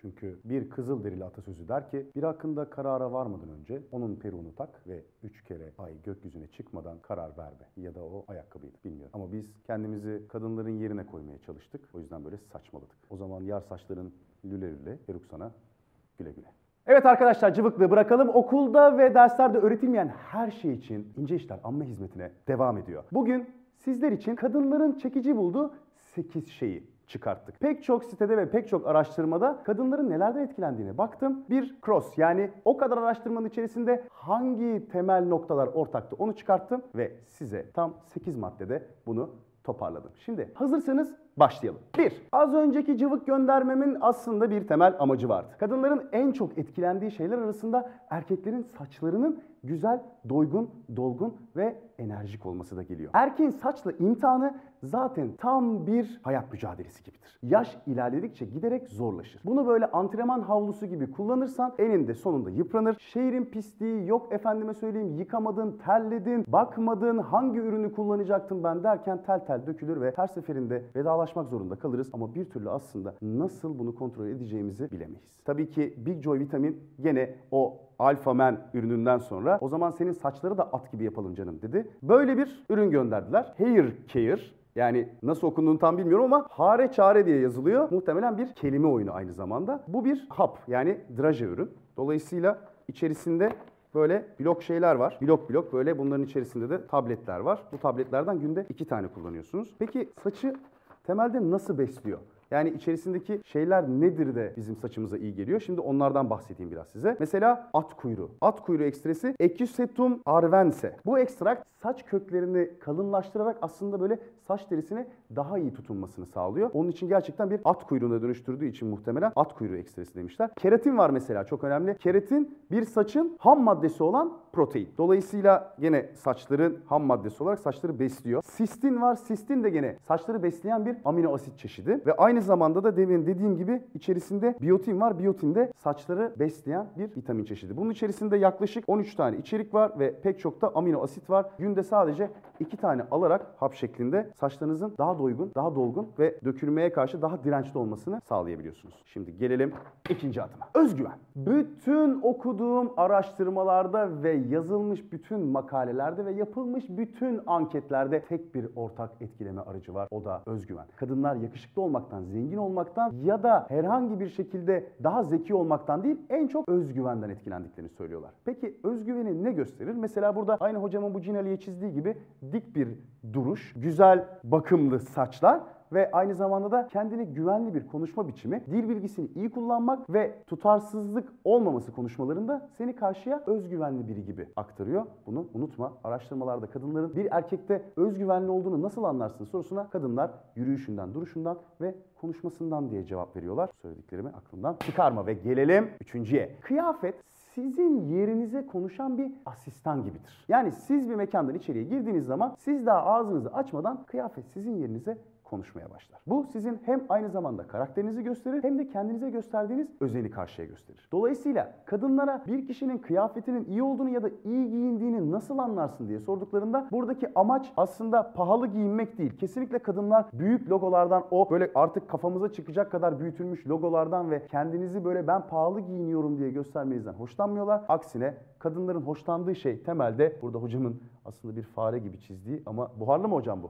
Çünkü bir Kızılderili atasözü der ki bir hakkında karara varmadan önce onun peruğunu tak ve 3 kere ay gökyüzüne çıkmadan karar verme. Ya da o ayakkabıydı, bilmiyorum. Ama biz kendimizi kadınların yerine koymaya çalıştık. O yüzden böyle saçmaladık. O zaman yar saçların lüle lüle, peruk sana güle güle. Evet arkadaşlar, cıvıklığı bırakalım. Okulda ve derslerde öğretilmeyen her şey için İnce İşler amme hizmetine devam ediyor. Bugün sizler için kadınların çekici bulduğu 8 şeyi çıkarttık. Pek çok sitede ve pek çok araştırmada kadınların nelerden etkilendiğine baktım. Bir cross, yani o kadar araştırmanın içerisinde hangi temel noktalar ortaktı onu çıkarttım ve size tam 8 maddede bunu toparladım. Şimdi hazırsanız başlayalım. 1. Az önceki cıvık göndermemin aslında bir temel amacı vardı. Kadınların en çok etkilendiği şeyler arasında erkeklerin saçlarının güzel, doygun, dolgun ve enerjik olması da geliyor. Erkeğin saçla imtihanı zaten tam bir hayat mücadelesi gibidir. Yaş ilerledikçe giderek zorlaşır. Bunu böyle antrenman havlusu gibi kullanırsan eninde sonunda yıpranır. Şehrin pisliği, yok efendime söyleyeyim yıkamadın, terledin, bakmadın, hangi ürünü kullanacaktım ben derken tel tel dökülür ve her seferinde vedalaşmak zorunda kalırız. Ama bir türlü aslında nasıl bunu kontrol edeceğimizi bilemeyiz. Tabii ki Big Joy vitamin gene o Alpha Man ürününden sonra o zaman senin saçları da at gibi yapalım canım dedi. Böyle bir ürün gönderdiler. Hair Care. Yani nasıl okunduğunu tam bilmiyorum ama hare çare diye yazılıyor. Muhtemelen bir kelime oyunu aynı zamanda. Bu bir hap, yani draje ürün. Dolayısıyla içerisinde böyle blok şeyler var. Blok blok böyle, bunların içerisinde de tabletler var. Bu tabletlerden günde 2 tane kullanıyorsunuz. Peki saçı temelde nasıl besliyor? Yani içerisindeki şeyler nedir de bizim saçımıza iyi geliyor? Şimdi onlardan bahsedeyim biraz size. Mesela at kuyruğu. At kuyruğu ekstresi Equisetum arvense. Bu ekstrakt saç köklerini kalınlaştırarak aslında böyle saç derisine daha iyi tutunmasını sağlıyor. Onun için gerçekten bir at kuyruğuna dönüştürdüğü için muhtemelen at kuyruğu ekstresi demişler. Keratin var mesela, çok önemli. Keratin bir saçın ham maddesi olan protein. Dolayısıyla gene saçların ham maddesi olarak saçları besliyor. Sistin var. Sistin de gene saçları besleyen bir amino asit çeşidi. Ve aynı zamanda da demin dediğim gibi içerisinde biyotin var. Biyotin de saçları besleyen bir vitamin çeşidi. Bunun içerisinde yaklaşık 13 tane içerik var ve pek çok da amino asit var. Günde sadece 2 tane alarak hap şeklinde saçlarınızın daha doygun, daha dolgun ve dökülmeye karşı daha dirençli olmasını sağlayabiliyorsunuz. Şimdi gelelim ikinci adıma. Özgüven. Bütün okuduğum araştırmalarda ve yazılmış bütün makalelerde ve yapılmış bütün anketlerde tek bir ortak etkileme aracı var. O da özgüven. Kadınlar yakışıklı olmaktan, zengin olmaktan ya da herhangi bir şekilde daha zeki olmaktan değil, en çok özgüvenden etkilendiklerini söylüyorlar. Peki özgüveni ne gösterir? Mesela burada aynı hocamın bu Cinali'ye çizdiği gibi dik bir duruş, güzel bakımlı saçlar ve aynı zamanda da kendine güvenli bir konuşma biçimi, dil bilgisini iyi kullanmak ve tutarsızlık olmaması konuşmalarında seni karşıya özgüvenli biri gibi aktarıyor. Bunu unutma. Araştırmalarda kadınların bir erkekte özgüvenli olduğunu nasıl anlarsın sorusuna kadınlar yürüyüşünden, duruşundan ve konuşmasından diye cevap veriyorlar. Söylediklerimi aklından çıkarma ve gelelim üçüncüye. Kıyafet sizin yerinize konuşan bir asistan gibidir. Yani siz bir mekandan içeriye girdiğiniz zaman siz daha ağzınızı açmadan kıyafet sizin yerinize konuşmaya başlar. Bu sizin hem aynı zamanda karakterinizi gösterir hem de kendinize gösterdiğiniz özeni karşıya gösterir. Dolayısıyla kadınlara bir kişinin kıyafetinin iyi olduğunu ya da iyi giyindiğini nasıl anlarsın diye sorduklarında buradaki amaç aslında pahalı giyinmek değil. Kesinlikle kadınlar büyük logolardan, o böyle artık kafamıza çıkacak kadar büyütülmüş logolardan ve kendinizi böyle ben pahalı giyiniyorum diye göstermenizden hoşlanmıyorlar. Aksine kadınların hoşlandığı şey temelde burada hocamın aslında bir fare gibi çizdiği, ama buharlı mı hocam bu?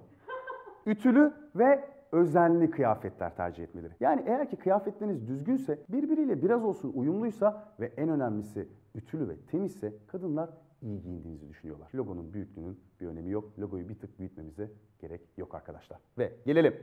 Ütülü ve özenli kıyafetler tercih etmeleri. Yani eğer ki kıyafetleriniz düzgünse, birbiriyle biraz olsun uyumluysa ve en önemlisi ütülü ve temizse kadınlar iyi giyindiğinizi düşünüyorlar. Logonun büyüklüğünün bir önemi yok. Logoyu bir tık büyütmemize gerek yok arkadaşlar. Ve gelelim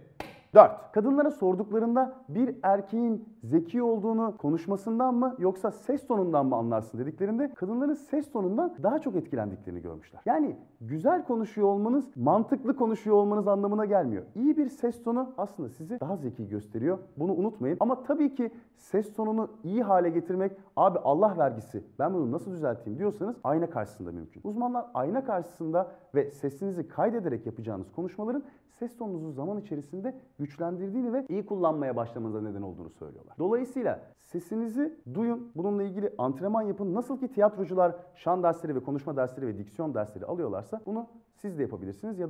4. Kadınlara sorduklarında bir erkeğin zeki olduğunu konuşmasından mı yoksa ses tonundan mı anlarsın dediklerinde kadınların ses tonundan daha çok etkilendiklerini görmüşler. Yani güzel konuşuyor olmanız, mantıklı konuşuyor olmanız anlamına gelmiyor. İyi bir ses tonu aslında sizi daha zeki gösteriyor. Bunu unutmayın. Ama tabii ki ses tonunu iyi hale getirmek, abi Allah vergisi ben bunu nasıl düzelteyim diyorsanız ayna karşısında mümkün. Uzmanlar ayna karşısında ve sesinizi kaydederek yapacağınız konuşmaların ses tonunuzu zaman içerisinde güçlendirdiğini ve iyi kullanmaya başlamanıza neden olduğunu söylüyorlar. Dolayısıyla sesinizi duyun, bununla ilgili antrenman yapın. Nasıl ki tiyatrocular şan dersleri ve konuşma dersleri ve diksiyon dersleri alıyorlarsa bunu siz de yapabilirsiniz ya da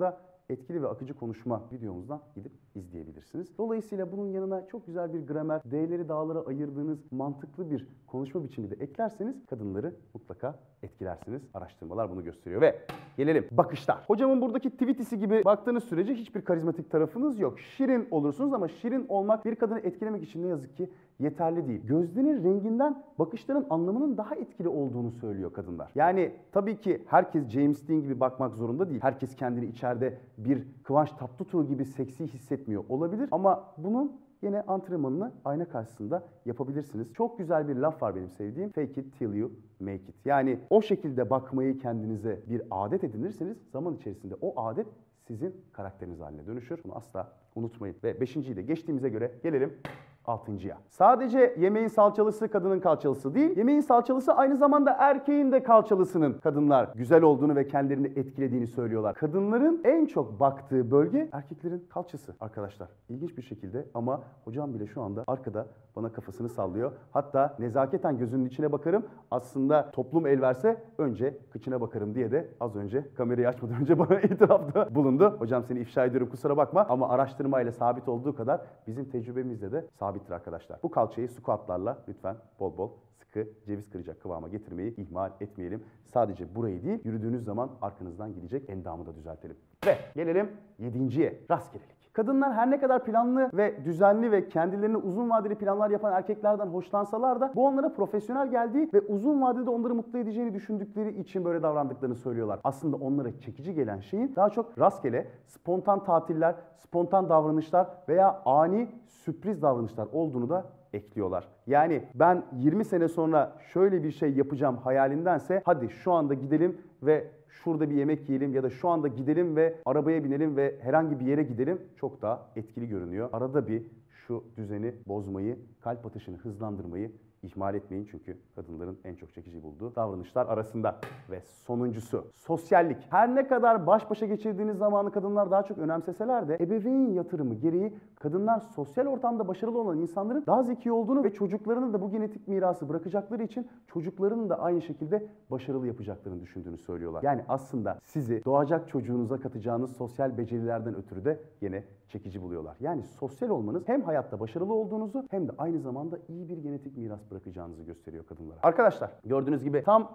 etkili ve akıcı konuşma videomuzdan gidip izleyebilirsiniz. Dolayısıyla bunun yanına çok güzel bir gramer, D'leri dağlara ayırdığınız mantıklı bir konuşma biçimi de eklerseniz kadınları mutlaka etkilersiniz. Araştırmalar bunu gösteriyor ve gelelim bakışlar. Hocamın buradaki tweetisi gibi baktığınız sürece hiçbir karizmatik tarafınız yok. Şirin olursunuz ama şirin olmak bir kadını etkilemek için ne yazık ki yeterli değil. Gözlerinin renginden bakışların anlamının daha etkili olduğunu söylüyor kadınlar. Yani tabii ki herkes James Dean gibi bakmak zorunda değil. Herkes kendini içeride bir Kıvanç Tatlıtuğ gibi seksi hissetmiyor olabilir ama bunun yine antrenmanını ayna karşısında yapabilirsiniz. Çok güzel bir laf var benim sevdiğim. Fake it till you make it. Yani o şekilde bakmayı kendinize bir adet edinirseniz zaman içerisinde o adet sizin karakteriniz haline dönüşür. Bunu asla unutmayın. Ve 5.'yi de geçtiğimize göre gelelim 6.'ya. Sadece yemeğin salçalısı kadının kalçalısı değil, yemeğin salçalısı aynı zamanda erkeğin de kalçalısının kadınlar güzel olduğunu ve kendilerini etkilediğini söylüyorlar. Kadınların en çok baktığı bölge erkeklerin kalçası arkadaşlar. İlginç bir şekilde ama hocam bile şu anda arkada bana kafasını sallıyor. Hatta nezaketen gözünün içine bakarım. Aslında toplum el verse önce kıçına bakarım diye de az önce kamerayı açmadan önce bana itirafta bulundu. Hocam seni ifşa ediyorum kusura bakma ama araştırmayla sabit olduğu kadar bizim tecrübemizle de sabittir arkadaşlar. Bu kalçayı squatlarla lütfen bol bol sıkı ceviz kıracak kıvama getirmeyi ihmal etmeyelim. Sadece burayı değil yürüdüğünüz zaman arkanızdan gidecek endamı da düzeltelim. Ve gelelim 7.'ye, rastgelelik. Kadınlar her ne kadar planlı ve düzenli ve kendilerine uzun vadeli planlar yapan erkeklerden hoşlansalar da bu onlara profesyonel geldiği ve uzun vadede onları mutlu edeceğini düşündükleri için böyle davrandıklarını söylüyorlar. Aslında onlara çekici gelen şeyin daha çok rastgele, spontan tatiller, spontan davranışlar veya ani sürpriz davranışlar olduğunu da ekliyorlar. Yani ben 20 sene sonra şöyle bir şey yapacağım hayalindense hadi şu anda gidelim ve şurada bir yemek yiyelim ya da şu anda gidelim ve arabaya binelim ve herhangi bir yere gidelim çok daha etkili görünüyor. Arada bir şu düzeni bozmayı, kalp atışını hızlandırmayı ihmal etmeyin çünkü kadınların en çok çekici bulduğu davranışlar arasında. Ve sonuncusu sosyallik. Her ne kadar baş başa geçirdiğiniz zamanı kadınlar daha çok önemseseler de ebeveyn yatırımı gereği kadınlar sosyal ortamda başarılı olan insanların daha zeki olduğunu ve çocuklarına da bu genetik mirası bırakacakları için çocuklarının da aynı şekilde başarılı yapacaklarını düşündüğünü söylüyorlar. Yani aslında sizi doğacak çocuğunuza katacağınız sosyal becerilerden ötürü de yine çekici buluyorlar. Yani sosyal olmanız hem hayatta başarılı olduğunuzu hem de aynı zamanda iyi bir genetik miras bırakacağınızı gösteriyor kadınlara. Arkadaşlar gördüğünüz gibi tam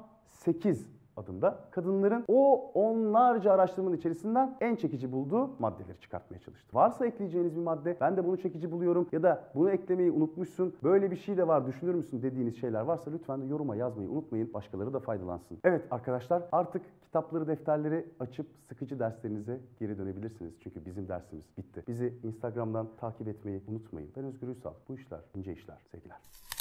8 adımda kadınların o onlarca araştırmanın içerisinden en çekici bulduğu maddeleri çıkartmaya çalıştım. Varsa ekleyeceğiniz bir madde, ben de bunu çekici buluyorum ya da bunu eklemeyi unutmuşsun, böyle bir şey de var düşünür müsün dediğiniz şeyler varsa lütfen de yoruma yazmayı unutmayın. Başkaları da faydalansın. Evet arkadaşlar artık kitapları, defterleri açıp sıkıcı derslerinize geri dönebilirsiniz. Çünkü bizim dersimiz bitti. Bizi Instagram'dan takip etmeyi unutmayın. Ben Özgür Ünsal. Bu işler ince işler. Sevgiler.